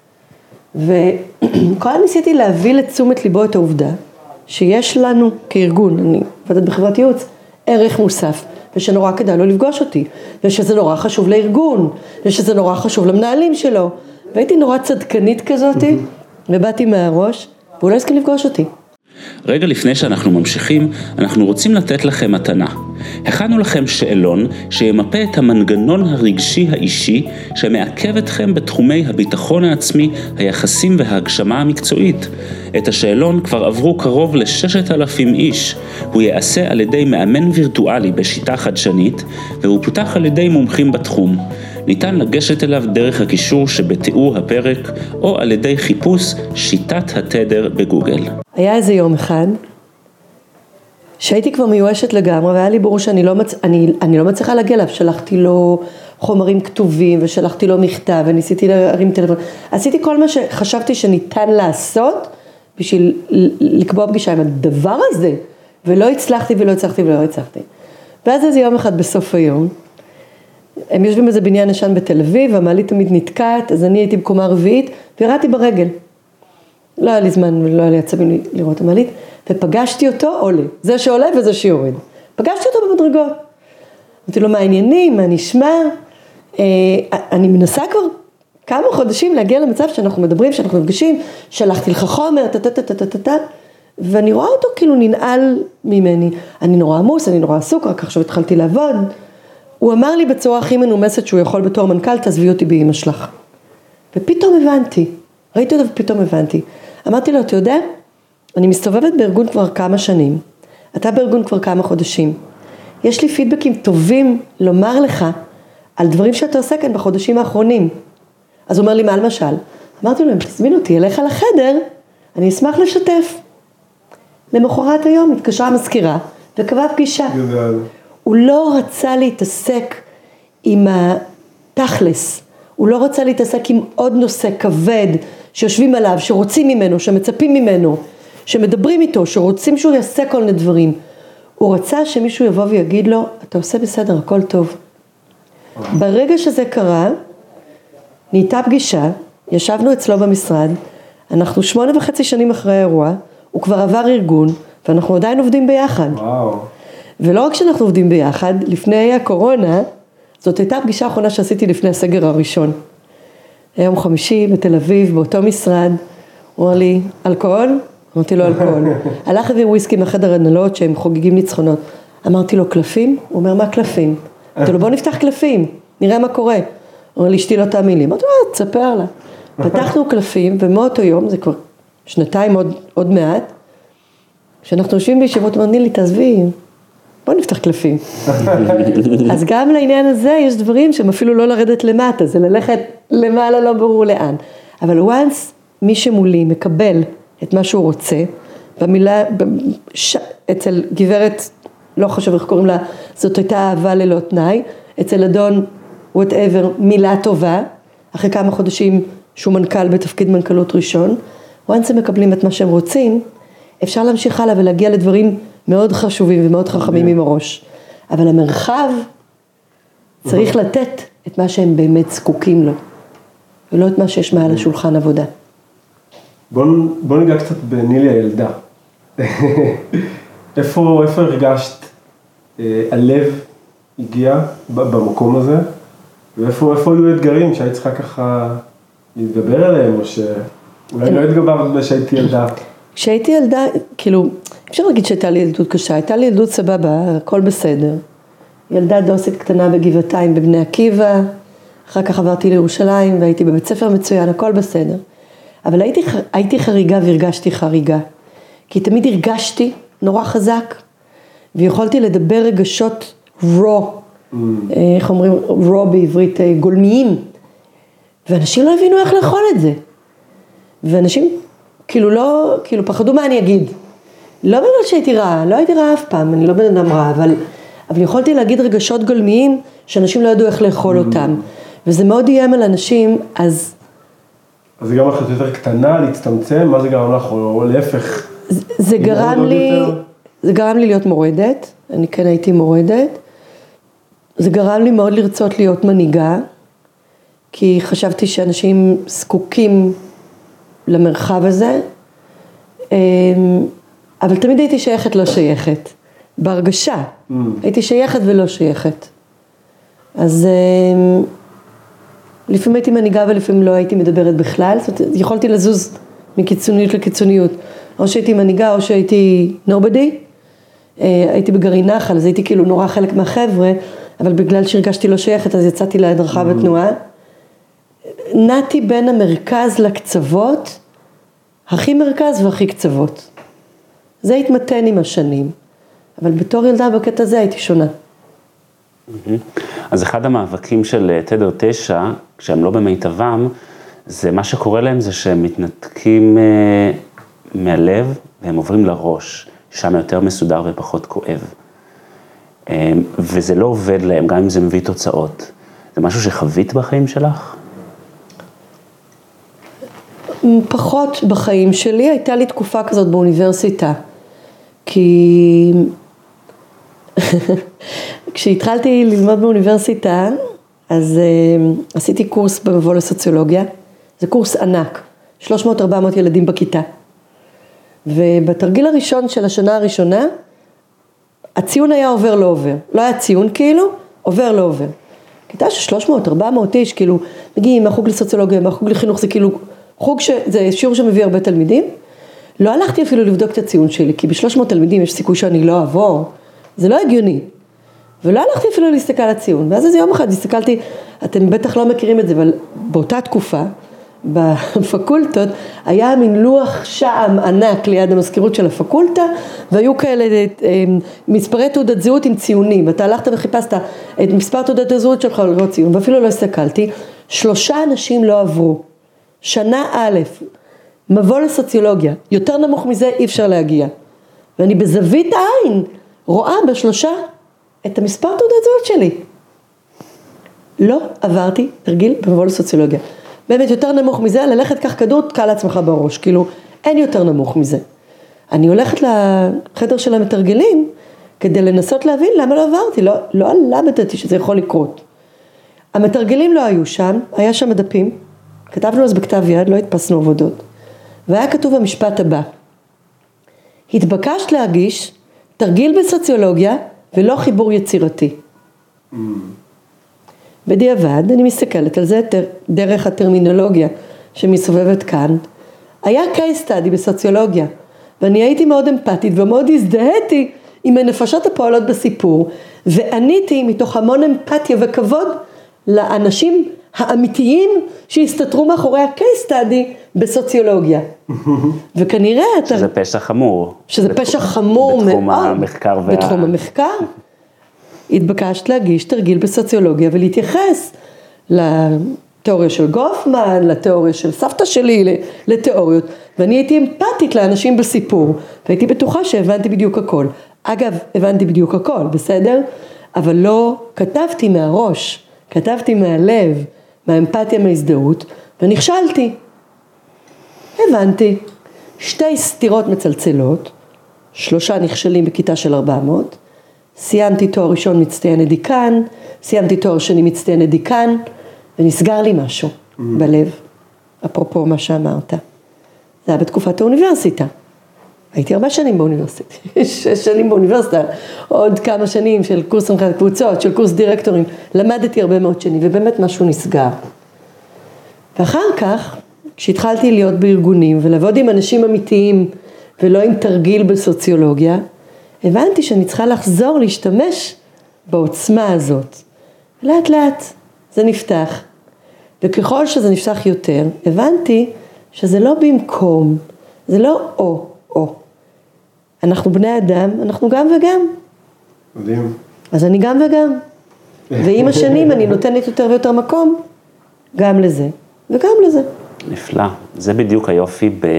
הלאה. וכל ניסיתי להביא לתשומת ליבו את העובדה, שיש לנו כארגון, אני עובדת בחברת ייעוץ, ערך מוסף, ושנורא כדאי לא לפגוש אותי, ושזה נורא חשוב לארגון, ושזה נורא חשוב למנהלים שלו, והייתי נורא צדקנית כזאת, ובאתי מהראש, והוא לא הסכים לפגוש אותי. רגע לפני שאנחנו ממשיכים, אנחנו רוצים לתת לכם מתנה. הכנו לכם שאלון שימפה את המנגנון הרגשי האישי שמעכב אתכם בתחומי הביטחון העצמי, היחסים וההגשמה המקצועית. את השאלון כבר עברו קרוב לששת אלפים איש. הוא ייעשה על ידי מאמן וירטואלי בשיטה חדשנית, והוא פותח על ידי מומחים בתחום. ניתן לגשת אליו דרך הקישור שבתיאור הפרק, או על ידי חיפוש שיטת התדר בגוגל. היה איזה יום אחד, שהייתי כבר מיואשת לגמרי, והיה לי ברור שאני לא, מצ... אני, אני לא מצליחה להגיע אליו, שלחתי לו חומרים כתובים, ושלחתי לו מכתב, וניסיתי להרים טלפון, עשיתי כל מה שחשבתי שניתן לעשות, בשביל לקבוע פגישה עם הדבר הזה, ולא הצלחתי ולא הצלחתי ולא הצלחתי. ואז איזה יום אחד בסוף היום, הם יושבים איזה בניין ישן בתל אביב, והמעלית תמיד נתקעת, אז אני הייתי בקומה רביעית, וירדתי ברגל. לא היה לי זמן, לא היה לי עצבים לראות את המעלית, ופגשתי אותו עולה, זה שעולה וזה שיורד. פגשתי אותו במדרגות. אמרתי לו, מה העניינים, מה נשמע? אה, אני מנסה כבר כמה חודשים להגיע למצב שאנחנו מדברים, שאנחנו נפגשים, שלחתי לך חומר, טטטטטטטט, ואני רואה אותו כאילו ננעל ממני. אני נורא עמוס, אני נורא עסוק, רק עכשיו התחלתי לעבוד. הוא אמר לי בצורה הכי מנומסת שהוא יכול בתור מנכ"ל, תעזבי אותי באמא שלך. ופתאום הבנתי, ראיתי אותו ופתאום הבנתי. אמרתי לו, אתה יודע, אני מסתובבת בארגון כבר כמה שנים, אתה בארגון כבר כמה חודשים, יש לי פידבקים טובים לומר לך על דברים שאתה עושה כאן בחודשים האחרונים. אז הוא אומר לי, מה למשל? אמרתי לו, אם תזמין אותי אליך לחדר, אני אשמח לשתף. למחרת היום התקשרה המזכירה וקבעה פגישה. גדל. הוא לא רצה להתעסק עם התכלס, הוא לא רצה להתעסק עם עוד נושא כבד, שיושבים עליו, שרוצים ממנו, שמצפים ממנו, שמדברים איתו, שרוצים שהוא יעשה כל מיני דברים. הוא רצה שמישהו יבוא ויגיד לו, אתה עושה בסדר, הכל טוב. ברגע שזה קרה, נהייתה פגישה, ישבנו אצלו במשרד, אנחנו שמונה וחצי שנים אחרי האירוע, הוא כבר עבר ארגון, ואנחנו עדיין עובדים ביחד. וואו. ולא רק שאנחנו עובדים ביחד, לפני הקורונה, זאת הייתה הפגישה האחרונה שעשיתי לפני הסגר הראשון. היום חמישי בתל אביב, באותו משרד, הוא אמר לי, אלכוהול? אמרתי לו אלכוהול. הלך הביא וויסקי מהחדר הנהלות שהם חוגגים ניצחונות. אמרתי לו, קלפים? הוא אומר, מה קלפים? אמרתי לו, בוא נפתח קלפים, נראה מה קורה. הוא אומר לי, אשתי לא תאמין לי. אמרתי לו, תספר לה. פתחנו קלפים, ומאותו יום, זה כבר שנתיים עוד, עוד מעט, כשאנחנו יושבים בישיבות, הוא אומר, נילי, תעזבי, בוא נפתח קלפים. אז גם לעניין הזה יש דברים שהם אפילו לא לרדת למטה, זה ללכת למעלה לא ברור לאן. אבל once מי שמולי מקבל את מה שהוא רוצה, במילה, בש... אצל גברת, לא חשוב איך קוראים לה, זאת הייתה אהבה ללא תנאי, אצל אדון, whatever, מילה טובה, אחרי כמה חודשים שהוא מנכ"ל בתפקיד מנכ"לות ראשון, once הם מקבלים את מה שהם רוצים, אפשר להמשיך הלאה ולהגיע לדברים מאוד חשובים ומאוד חכמים עם הראש. אבל המרחב צריך לתת את מה שהם באמת זקוקים לו, ולא את מה שיש מעל השולחן עבודה. בוא, בוא ניגע קצת בנילי הילדה. איפה, איפה הרגשת, אה, הלב הגיע במקום הזה, ואיפה איפה היו אתגרים שהיית צריכה ככה להתגבר עליהם, או שאולי לא התגברת בשהייתי ילדה? כשהייתי ילדה, כאילו, אפשר להגיד שהייתה לי ילדות קשה, הייתה לי ילדות סבבה, הכל בסדר. ילדה דוסית קטנה בגבעתיים בבני עקיבא, אחר כך עברתי לירושלים והייתי בבית ספר מצוין, הכל בסדר. אבל הייתי, הייתי חריגה והרגשתי חריגה, כי תמיד הרגשתי נורא חזק, ויכולתי לדבר רגשות raw, mm. איך אומרים raw בעברית, גולמיים, ואנשים לא הבינו איך לאכול את זה. ואנשים כאילו לא, כאילו פחדו מה אני אגיד. לא בגלל שהייתי רעה, לא הייתי רעה אף פעם, אני לא בן אדם רעה, אבל, אבל יכולתי להגיד רגשות גולמיים שאנשים לא ידעו איך לאכול mm. אותם. וזה מאוד איים על אנשים, אז... אז זה גרם לך יותר קטנה, להצטמצם? מה זה גרם לך, או להפך? זה, זה גרם לי, יותר? זה גרם לי להיות מורדת, אני כן הייתי מורדת. זה גרם לי מאוד לרצות להיות מנהיגה, כי חשבתי שאנשים זקוקים למרחב הזה, אבל תמיד הייתי שייכת לא שייכת, בהרגשה, mm. הייתי שייכת ולא שייכת. אז לפעמים הייתי מנהיגה ולפעמים לא הייתי מדברת בכלל, זאת אומרת, יכולתי לזוז מקיצוניות לקיצוניות, או שהייתי מנהיגה או שהייתי nobody, הייתי בגרעין נחל, אז הייתי כאילו נורא חלק מהחבר'ה, אבל בגלל שהרגשתי לא שייכת אז יצאתי להדרכה mm. בתנועה, נעתי בין המרכז לקצוות, הכי מרכז והכי קצוות. זה התמתן עם השנים, אבל בתור ילדה בקטע הזה הייתי שונה. אז אחד המאבקים של תדר תשע, כשהם לא במיטבם, זה מה שקורה להם זה שהם מתנתקים מהלב והם עוברים לראש, שם יותר מסודר ופחות כואב. וזה לא עובד להם, גם אם זה מביא תוצאות. זה משהו שחווית בחיים שלך? פחות בחיים שלי, הייתה לי תקופה כזאת באוניברסיטה, כי כשהתחלתי ללמוד באוניברסיטה, אז uh, עשיתי קורס במבוא לסוציולוגיה, זה קורס ענק, שלוש מאות ארבע מאות ילדים בכיתה, ובתרגיל הראשון של השנה הראשונה, הציון היה עובר לא עובר, לא היה ציון כאילו, עובר לא עובר. כיתה של שלוש מאות ארבע מאות איש, כאילו, מגיעים מהחוג לסוציולוגיה, מהחוג לחינוך, זה כאילו, חוג שזה שיעור שמביא הרבה תלמידים, לא הלכתי אפילו לבדוק את הציון שלי, כי ב-שלוש מאות תלמידים יש סיכוי שאני לא אעבור, זה לא הגיוני, ולא הלכתי אפילו להסתכל על הציון, ואז איזה יום אחד הסתכלתי, אתם בטח לא מכירים את זה, אבל באותה תקופה, בפקולטות, היה מין לוח שעם ענק ליד המזכירות של הפקולטה, והיו כאלה מספרי תעודת זהות עם ציונים, ואתה הלכת וחיפשת את מספר תעודת הזהות שלך לראות ציון, ואפילו לא הסתכלתי, שלושה אנשים לא עברו, שנה א', מבוא לסוציולוגיה, יותר נמוך מזה אי אפשר להגיע, ואני בזווית העין רואה בשלושה את המספר תעודת זהות שלי. לא עברתי תרגיל במבוא לסוציולוגיה. באמת יותר נמוך מזה, ללכת כך כדור, תקע לעצמך בראש, כאילו אין יותר נמוך מזה. אני הולכת לחדר של המתרגלים, כדי לנסות להבין למה לא עברתי, לא, לא למדתי שזה יכול לקרות. המתרגלים לא היו שם, היה שם דפים, כתבנו אז בכתב יד, לא התפסנו עבודות, והיה כתוב המשפט הבא, התבקשת להגיש תרגיל בסוציולוגיה ולא חיבור יצירתי. Mm. בדיעבד, אני מסתכלת על זה דרך הטרמינולוגיה שמסובבת כאן, היה case study בסוציולוגיה, ואני הייתי מאוד אמפתית ומאוד הזדהיתי עם הנפשות הפועלות בסיפור, ועניתי מתוך המון אמפתיה וכבוד לאנשים האמיתיים שהסתתרו מאחורי ה-case study בסוציולוגיה. וכנראה... שזה פשע חמור. שזה פשע חמור מאוד. בתחום המחקר. וה... בתחום המחקר. התבקשת להגיש תרגיל בסוציולוגיה ולהתייחס לתיאוריה של גופמן, לתיאוריה של סבתא שלי, לתיאוריות, ואני הייתי אמפתית לאנשים בסיפור, והייתי בטוחה שהבנתי בדיוק הכל. אגב, הבנתי בדיוק הכל, בסדר? אבל לא כתבתי מהראש, כתבתי מהלב, מהאמפתיה, מההזדהות, ונכשלתי. הבנתי. שתי סתירות מצלצלות, שלושה נכשלים בכיתה של ארבע מאות, סיימתי תואר ראשון מצטיינת דיקן, סיימתי תואר שני מצטיינת דיקן, ונסגר לי משהו mm-hmm. בלב, אפרופו מה שאמרת. זה היה בתקופת האוניברסיטה. הייתי ארבע שנים באוניברסיטה, שש שנים באוניברסיטה, עוד כמה שנים של קורס הנחת קבוצות, של קורס דירקטורים, למדתי הרבה מאוד שנים, ובאמת משהו נסגר. ואחר כך, כשהתחלתי להיות בארגונים, ולעבוד עם אנשים אמיתיים, ולא עם תרגיל בסוציולוגיה, הבנתי שאני צריכה לחזור להשתמש בעוצמה הזאת. לאט לאט זה נפתח. וככל שזה נפתח יותר, הבנתי שזה לא במקום, זה לא או, או. אנחנו בני אדם, אנחנו גם וגם. מדהים. אז אני גם וגם. ועם השנים אני נותנת יותר ויותר מקום, גם לזה וגם לזה. נפלא. זה בדיוק היופי ב...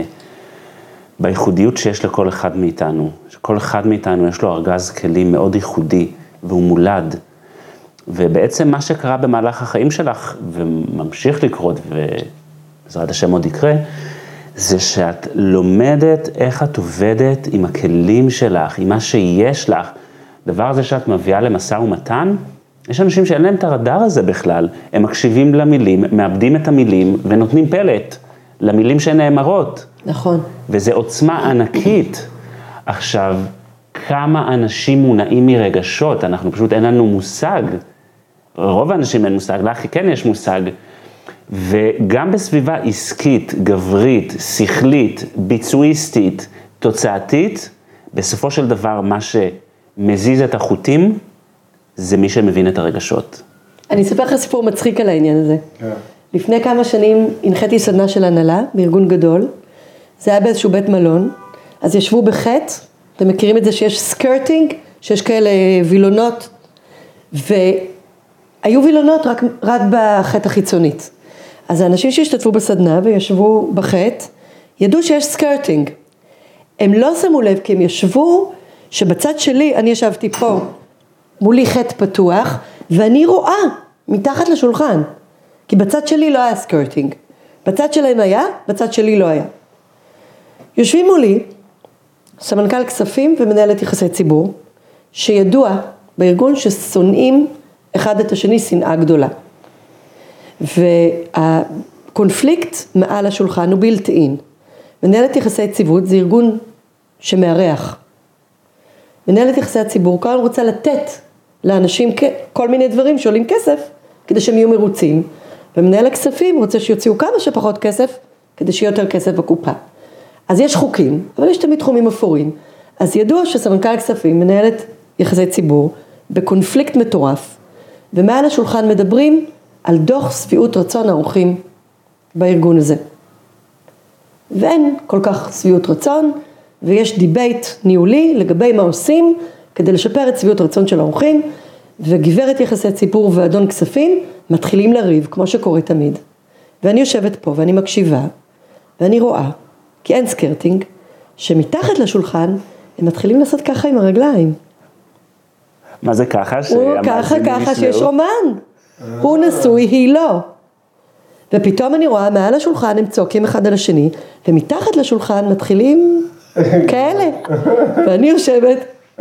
בייחודיות שיש לכל אחד מאיתנו. שכל אחד מאיתנו יש לו ארגז כלים מאוד ייחודי, והוא מולד. ובעצם מה שקרה במהלך החיים שלך, וממשיך לקרות, ובעזרת השם עוד יקרה, זה שאת לומדת איך את עובדת עם הכלים שלך, עם מה שיש לך. דבר הזה שאת מביאה למשא ומתן, יש אנשים שאין להם את הרדאר הזה בכלל. הם מקשיבים למילים, מאבדים את המילים, ונותנים פלט למילים שנאמרות. נכון. וזה עוצמה ענקית. עכשיו, כמה אנשים מונעים מרגשות, אנחנו פשוט אין לנו מושג. רוב האנשים אין מושג, לאחי כן יש מושג. וגם בסביבה עסקית, גברית, שכלית, ביצועיסטית, תוצאתית, בסופו של דבר מה שמזיז את החוטים, זה מי שמבין את הרגשות. אני אספר לך סיפור מצחיק על העניין הזה. כן. לפני כמה שנים הנחיתי סדנה של הנהלה, בארגון גדול, זה היה באיזשהו בית מלון, אז ישבו בחטא, אתם מכירים את זה שיש סקרטינג, שיש כאלה וילונות, והיו וילונות רק, רק בחטא החיצונית. אז האנשים שהשתתפו בסדנה וישבו בחטא, ידעו שיש סקרטינג. הם לא שמו לב כי הם ישבו, שבצד שלי, אני ישבתי פה, מולי חטא פתוח, ואני רואה מתחת לשולחן, כי בצד שלי לא היה סקרטינג. בצד שלהם היה, בצד שלי לא היה. יושבים מולי, סמנכ"ל כספים ומנהלת יחסי ציבור, שידוע בארגון ששונאים אחד את השני שנאה גדולה. והקונפליקט מעל השולחן הוא בלתי אין. מנהלת יחסי ציבות זה ארגון שמארח. מנהלת יחסי הציבור כל רוצה לתת לאנשים כל מיני דברים שעולים כסף, כדי שהם יהיו מרוצים. ומנהל הכספים רוצה שיוציאו כמה שפחות כסף, כדי שיהיה יותר כסף בקופה. אז יש חוקים, אבל יש תמיד תחומים אפורים. אז ידוע שסמנכ"ל כספים מנהלת יחסי ציבור בקונפליקט מטורף, ומעל השולחן מדברים על דוח שביעות רצון האורחים בארגון הזה. ואין כל כך שביעות רצון, ויש דיבייט ניהולי לגבי מה עושים כדי לשפר את שביעות רצון של האורחים, וגברת יחסי ציבור ואדון כספים מתחילים לריב, כמו שקורה תמיד. ואני יושבת פה ואני מקשיבה, ואני רואה, כי אין סקרטינג, שמתחת לשולחן הם מתחילים לעשות ככה עם הרגליים. מה זה ככה? הוא ככה ככה שיש רומן. הוא נשוי, היא לא. ופתאום אני רואה מעל השולחן הם צועקים אחד על השני, ומתחת לשולחן מתחילים כאלה. ואני יושבת,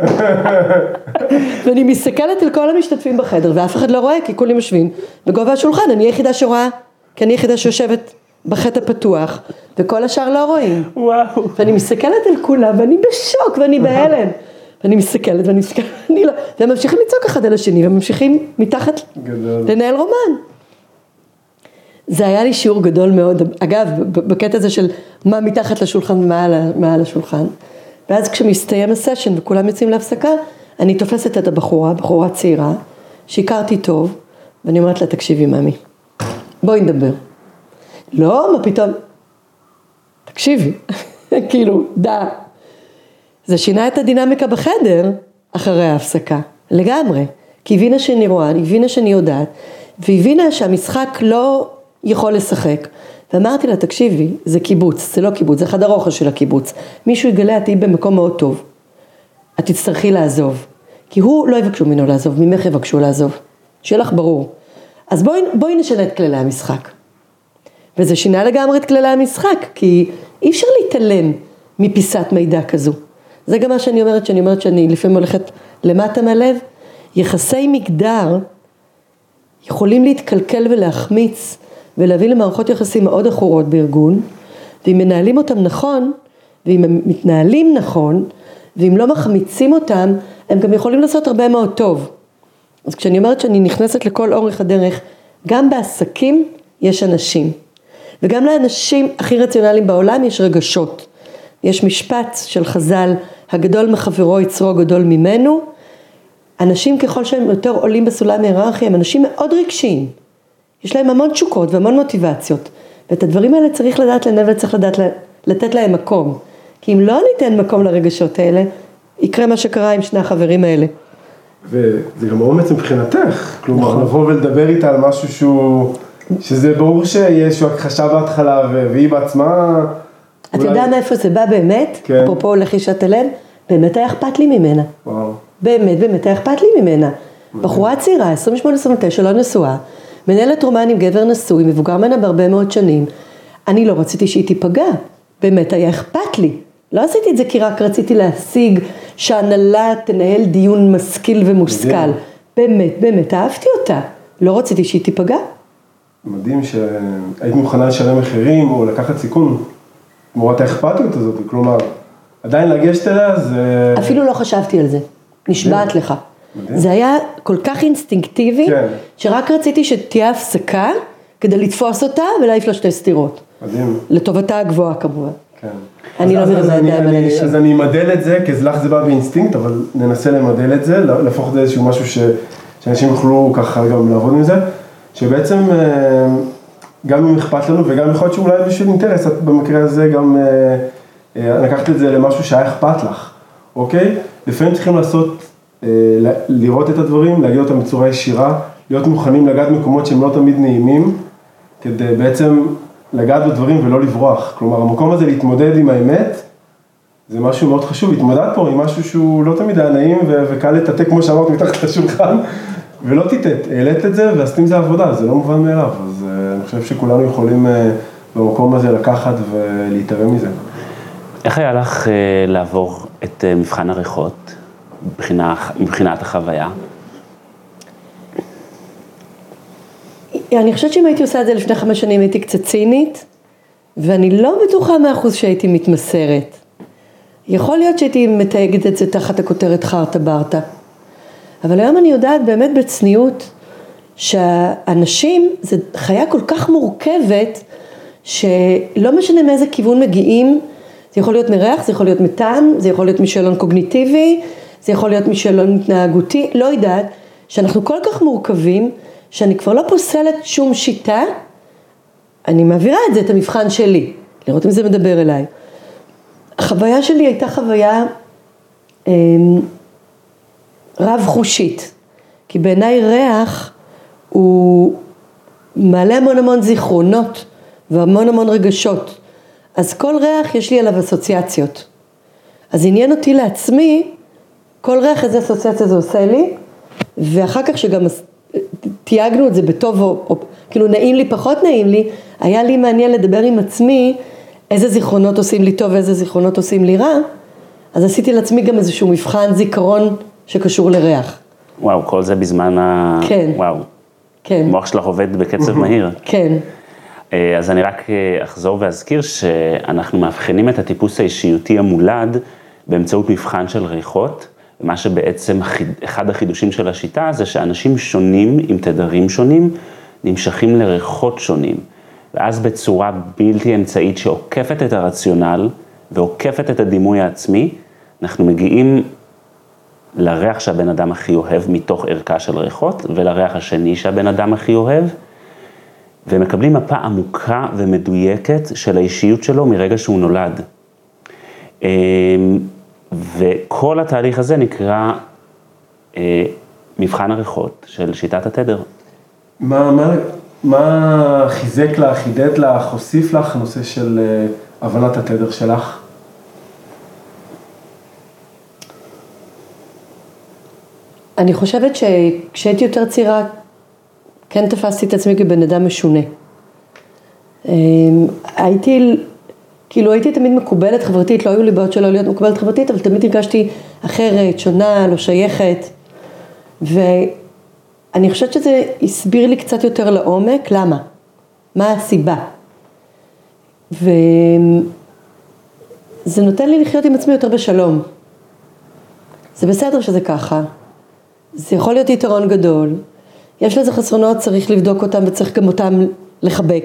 ואני מסתכלת על כל המשתתפים בחדר, ואף אחד לא רואה, כי כולם יושבים בגובה השולחן. אני היחידה שרואה, כי אני היחידה שיושבת בחטא הפתוח, וכל השאר לא רואים. וואו. ואני מסתכלת על כולם, ואני בשוק, ואני בהלם. ואני מסתכלת, ואני מסתכלת, ואני לא... והם ממשיכים לצעוק אחד על השני, וממשיכים מתחת גדול. לנהל רומן. זה היה לי שיעור גדול מאוד, אגב, בקטע הזה של מה מתחת לשולחן ומעל מעל השולחן. ואז כשמסתיים הסשן וכולם יוצאים להפסקה, אני תופסת את הבחורה, בחורה צעירה, שהכרתי טוב, ואני אומרת לה, תקשיבי ממי, בואי נדבר. לא, מה פתאום? תקשיבי, כאילו, דה. זה שינה את הדינמיקה בחדר אחרי ההפסקה, לגמרי. כי הבינה שאני רואה, הבינה שאני יודעת, והבינה שהמשחק לא יכול לשחק. ואמרתי לה, תקשיבי, זה קיבוץ, זה לא קיבוץ, זה חדר אוכל של הקיבוץ. מישהו יגלה, את תהיי במקום מאוד טוב. את תצטרכי לעזוב. כי הוא לא יבקשו ממנו לעזוב, ממך יבקשו לעזוב. שיהיה לך ברור. אז בואי, בואי נשנה את כללי המשחק. וזה שינה לגמרי את כללי המשחק, כי אי אפשר להתעלם מפיסת מידע כזו. זה גם מה שאני אומרת, שאני אומרת שאני לפעמים הולכת למטה מהלב, יחסי מגדר יכולים להתקלקל ולהחמיץ, ולהביא למערכות יחסים מאוד אחורות בארגון, ואם מנהלים אותם נכון, ואם הם מתנהלים נכון, ואם לא מחמיצים אותם, הם גם יכולים לעשות הרבה מאוד טוב. אז כשאני אומרת שאני נכנסת לכל אורך הדרך, גם בעסקים יש אנשים, וגם לאנשים הכי רציונליים בעולם יש רגשות. יש משפט של חז"ל, הגדול מחברו יצרו גדול ממנו. אנשים ככל שהם יותר עולים בסולם היררכי, הם אנשים מאוד רגשיים. יש להם המון תשוקות והמון מוטיבציות, ואת הדברים האלה צריך לדעת לנהל וצריך לדעת לתת להם מקום. כי אם לא ניתן מקום לרגשות האלה, יקרה מה שקרה עם שני החברים האלה. וזה גם אומץ מבחינתך, כלומר, לבוא ולדבר איתה על משהו שהוא, שזה ברור שיש הכחשה בהתחלה, והיא בעצמה... אתה יודע מאיפה זה בא באמת? אפרופו לחישת הלב, באמת היה אכפת לי ממנה. וואו. באמת, באמת היה אכפת לי ממנה. בחורה צעירה, עשרים ושמונה עשרים ותשע, לא נשואה, מנהלת רומן עם גבר נשוי, מבוגר ממנה בהרבה מאוד שנים. אני לא רציתי שהיא תיפגע, באמת היה אכפת לי. לא עשיתי את זה כי רק רציתי להשיג שהנהלה תנהל דיון משכיל ומושכל. באמת, באמת אהבתי אותה. לא רציתי שהיא תיפגע. מדהים שהיית מוכנה לשלם מחירים או לקחת סיכון. תמורת האכפתיות הזאת, כלומר, עדיין לגשת אליה זה... אפילו לא חשבתי על זה, נשבעת לך. זה היה כל כך אינסטינקטיבי, שרק רציתי שתהיה הפסקה, כדי לתפוס אותה ולהעיף לה שתי סתירות. מדהים. לטובתה הגבוהה כמובן. כן. אני לא מרמה ידיים על אנשים. אז אני אמדל את זה, כי לך זה בא באינסטינקט, אבל ננסה למדל את זה, להפוך את זה איזשהו משהו שאנשים יוכלו ככה גם לעבוד עם זה, שבעצם... גם אם אכפת לנו, וגם יכול להיות שאולי בשביל אינטרס, את במקרה הזה גם אה, אה, לקחת את זה למשהו שהיה אכפת לך, אוקיי? לפעמים צריכים לעשות, אה, לראות את הדברים, להגיד אותם בצורה ישירה, להיות מוכנים לגעת מקומות שהם לא תמיד נעימים, כדי בעצם לגעת בדברים ולא לברוח. כלומר, המקום הזה להתמודד עם האמת, זה משהו מאוד חשוב, להתמודד פה עם משהו שהוא לא תמיד היה נעים ו- וקל לטאטא, כמו שאמרת, מתחת לשולחן, ולא תיתת, העלית את זה ועשיתם את זה עבודה, זה לא מובן מאליו, אז אני חושב שכולנו יכולים במקום הזה לקחת ולהתערם מזה. איך היה לך לעבור את מבחן הריחות, מבחינת החוויה? אני חושבת שאם הייתי עושה את זה לפני חמש שנים הייתי קצת צינית, ואני לא בטוחה מאחוז שהייתי מתמסרת. יכול להיות שהייתי מתייגת את זה תחת הכותרת חרטה ברטה. אבל היום אני יודעת באמת בצניעות שהאנשים, זה חיה כל כך מורכבת, שלא משנה מאיזה כיוון מגיעים, זה יכול להיות מריח, זה יכול להיות מטעם, זה יכול להיות משאלון קוגניטיבי, זה יכול להיות משאלון התנהגותי, לא יודעת, שאנחנו כל כך מורכבים, שאני כבר לא פוסלת שום שיטה, אני מעבירה את זה, את המבחן שלי, לראות אם זה מדבר אליי. החוויה שלי הייתה חוויה רב חושית, כי בעיניי ריח הוא מעלה המון המון זיכרונות והמון המון רגשות. אז כל ריח יש לי עליו אסוציאציות. אז עניין אותי לעצמי, כל ריח איזה אסוציאציה זה עושה לי, ואחר כך שגם תייגנו את זה בטוב, או, או כאילו נעים לי פחות נעים לי, היה לי מעניין לדבר עם עצמי, איזה זיכרונות עושים לי טוב ואיזה זיכרונות עושים לי רע, אז עשיתי לעצמי גם איזשהו מבחן זיכרון שקשור לריח. וואו, כל זה בזמן ה... כן. וואו. כן. המוח שלך עובד בקצב מהיר. כן. אז אני רק אחזור ואזכיר שאנחנו מאבחנים את הטיפוס האישיותי המולד באמצעות מבחן של ריחות, ומה שבעצם אחד החידושים של השיטה זה שאנשים שונים עם תדרים שונים נמשכים לריחות שונים, ואז בצורה בלתי אמצעית שעוקפת את הרציונל ועוקפת את הדימוי העצמי, אנחנו מגיעים לריח שהבן אדם הכי אוהב מתוך ערכה של ריחות, ולריח השני שהבן אדם הכי אוהב, ומקבלים מפה עמוקה ומדויקת של האישיות שלו מרגע שהוא נולד. וכל התהליך הזה נקרא מבחן הריחות של שיטת התדר. מה, מה, מה חיזק לך, חידד לך, הוסיף לך נושא של הבנת התדר שלך? אני חושבת שכשהייתי יותר צעירה, כן תפסתי את עצמי כבן אדם משונה. הייתי, כאילו הייתי תמיד מקובלת חברתית, לא היו לי בעיות שלא להיות מקובלת חברתית, אבל תמיד הרגשתי אחרת, שונה, לא שייכת. ואני חושבת שזה הסביר לי קצת יותר לעומק, למה? מה הסיבה? וזה נותן לי לחיות עם עצמי יותר בשלום. זה בסדר שזה ככה. זה יכול להיות יתרון גדול. יש לזה חסרונות, צריך לבדוק אותם וצריך גם אותם לחבק.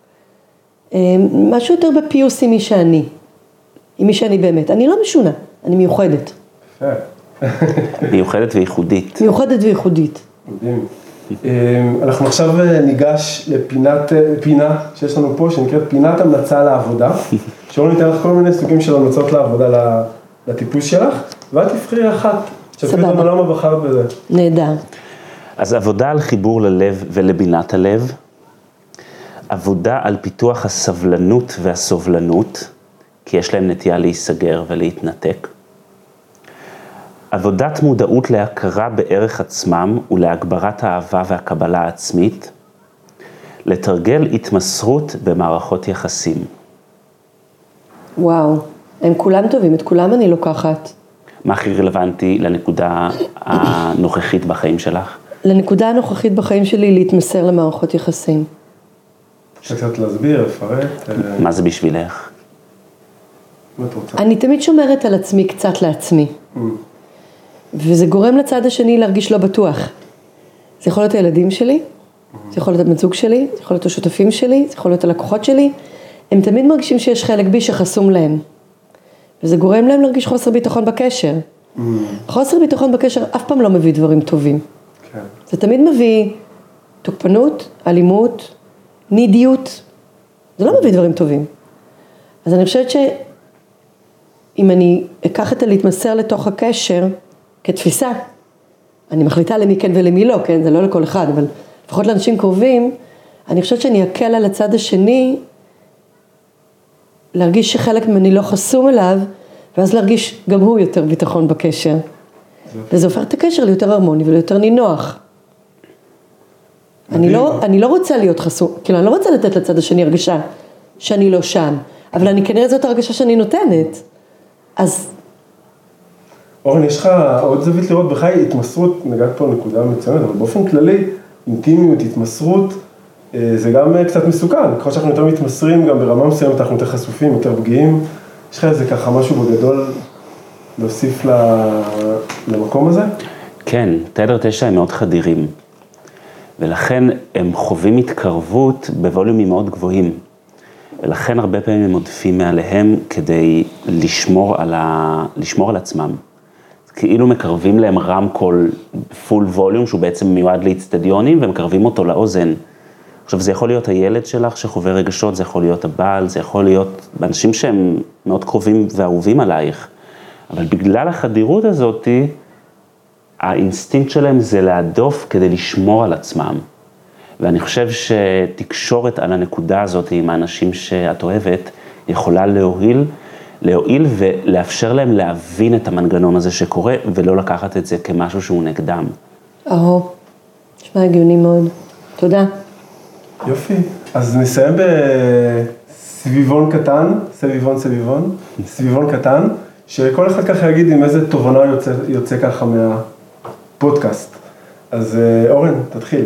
משהו יותר בפיוס עם מי שאני. עם מי שאני באמת. אני לא משונה, אני מיוחדת. מיוחדת וייחודית. מיוחדת וייחודית. מדהים. אנחנו עכשיו ניגש לפינת, פינה שיש לנו פה, שנקראת פינת המלצה לעבודה. שאולי ניתן לך כל מיני סוגים של המלצות לעבודה לטיפוס שלך, ואת תבחרי אחת. שתפי אותנו למה בחרת בזה. נהדר. אז עבודה על חיבור ללב ולבינת הלב, עבודה על פיתוח הסבלנות והסובלנות, כי יש להם נטייה להיסגר ולהתנתק. עבודת מודעות להכרה בערך עצמם ולהגברת האהבה והקבלה העצמית, לתרגל התמסרות במערכות יחסים. וואו, הם כולם טובים, את כולם אני לוקחת. מה הכי רלוונטי לנקודה הנוכחית בחיים שלך? לנקודה הנוכחית בחיים שלי להתמסר למערכות יחסים. אפשר קצת להסביר, לפרט. מה זה בשבילך? מה את רוצה? אני תמיד שומרת על עצמי קצת לעצמי. וזה גורם לצד השני להרגיש לא בטוח. זה יכול להיות הילדים שלי, זה יכול להיות המצוג שלי, זה יכול להיות השותפים שלי, זה יכול להיות הלקוחות שלי. הם תמיד מרגישים שיש חלק בי שחסום להם. וזה גורם להם להרגיש חוסר ביטחון בקשר. חוסר ביטחון בקשר אף פעם לא מביא דברים טובים. כן. זה תמיד מביא תוקפנות, אלימות, נידיות. זה לא מביא דברים טובים. אז אני חושבת שאם אני אקח את הלהתמסר לתוך הקשר כתפיסה, אני מחליטה למי כן ולמי לא, כן? זה לא לכל אחד, אבל לפחות לאנשים קרובים, אני חושבת שאני אקל על הצד השני, להרגיש שחלק ממני לא חסום אליו, ואז להרגיש גם הוא יותר ביטחון בקשר. וזה הופך את הקשר ליותר הרמוני וליותר נינוח. אני לא, אני לא רוצה להיות חסום, כאילו אני לא רוצה לתת לצד השני הרגשה שאני לא שם, אבל אני כנראה זאת הרגשה שאני נותנת. אז... אורן, יש לך עוד זווית לראות בך, התמסרות, נגעת פה נקודה מצוינת, אבל באופן כללי, אינטימיות, התמסרות, זה גם קצת מסוכן. ככל שאנחנו יותר מתמסרים, גם ברמה מסוימת אנחנו יותר חשופים, יותר פגיעים. יש לך איזה ככה משהו בגדול להוסיף למקום הזה? כן, תדר תשע הם מאוד חדירים, ולכן הם חווים התקרבות בווליומים מאוד גבוהים, ולכן הרבה פעמים הם עודפים מעליהם כדי לשמור על, ה... לשמור על עצמם. כאילו מקרבים להם רמקול פול ווליום, שהוא בעצם מיועד לאצטדיונים, ומקרבים אותו לאוזן. עכשיו, זה יכול להיות הילד שלך שחווה רגשות, זה יכול להיות הבעל, זה יכול להיות באנשים שהם מאוד קרובים ואהובים עלייך. אבל בגלל החדירות הזאת, האינסטינקט שלהם זה להדוף כדי לשמור על עצמם. ואני חושב שתקשורת על הנקודה הזאת עם האנשים שאת אוהבת, יכולה להועיל, להועיל ולאפשר להם להבין את המנגנון הזה שקורה, ולא לקחת את זה כמשהו שהוא נגדם. אהו, נשמע הגיוני מאוד. תודה. יופי. אז נסיים בסביבון קטן, סביבון סביבון, סביבון קטן, שכל אחד ככה יגיד עם איזה תובנה יוצא, יוצא ככה מהפודקאסט. אז אורן, תתחיל.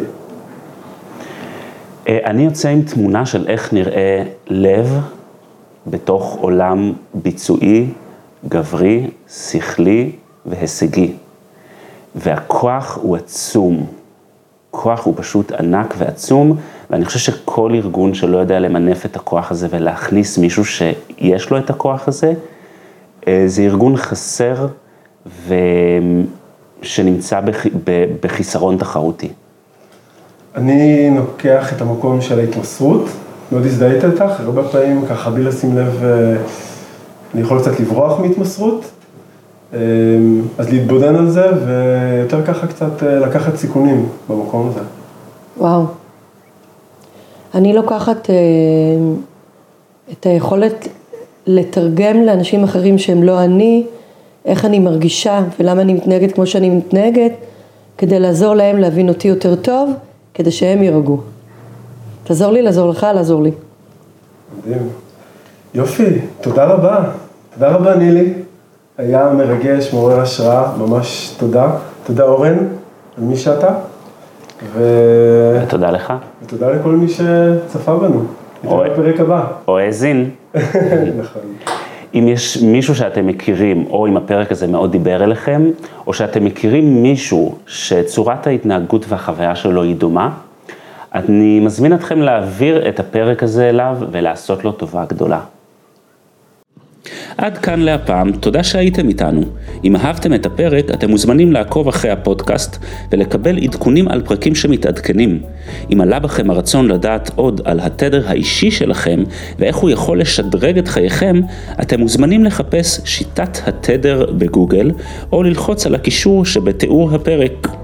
אני יוצא עם תמונה של איך נראה לב בתוך עולם ביצועי, גברי, שכלי והישגי. והכוח הוא עצום. כוח הוא פשוט ענק ועצום, ואני חושב שכל ארגון שלא יודע למנף את הכוח הזה ולהכניס מישהו שיש לו את הכוח הזה, זה ארגון חסר ושנמצא בחיסרון תחרותי. אני נוקח את המקום של ההתמסרות, מאוד הזדהית איתך, הרבה פעמים ככה בלי לשים לב, אני יכול קצת לברוח מהתמסרות, אז להתבודד על זה ויותר ככה קצת לקחת סיכונים במקום הזה. וואו. אני לוקחת אה, את היכולת לתרגם לאנשים אחרים שהם לא אני, איך אני מרגישה ולמה אני מתנהגת כמו שאני מתנהגת, כדי לעזור להם להבין אותי יותר טוב, כדי שהם ירגעו. תעזור לי, לעזור לך, לעזור לי. מדהים. יופי, תודה רבה. תודה רבה נילי. היה מרגש, מעורר השראה, ממש תודה. תודה אורן, על מי שאתה. ו... ותודה לך. ותודה לכל מי שצפה בנו. נתראה בפרק הבא. או האזין. נכון. אם יש מישהו שאתם מכירים, או אם הפרק הזה מאוד דיבר אליכם, או שאתם מכירים מישהו שצורת ההתנהגות והחוויה שלו היא דומה, אני מזמין אתכם להעביר את הפרק הזה אליו ולעשות לו טובה גדולה. עד כאן להפעם, תודה שהייתם איתנו. אם אהבתם את הפרק, אתם מוזמנים לעקוב אחרי הפודקאסט ולקבל עדכונים על פרקים שמתעדכנים. אם עלה בכם הרצון לדעת עוד על התדר האישי שלכם ואיך הוא יכול לשדרג את חייכם, אתם מוזמנים לחפש שיטת התדר בגוגל או ללחוץ על הקישור שבתיאור הפרק.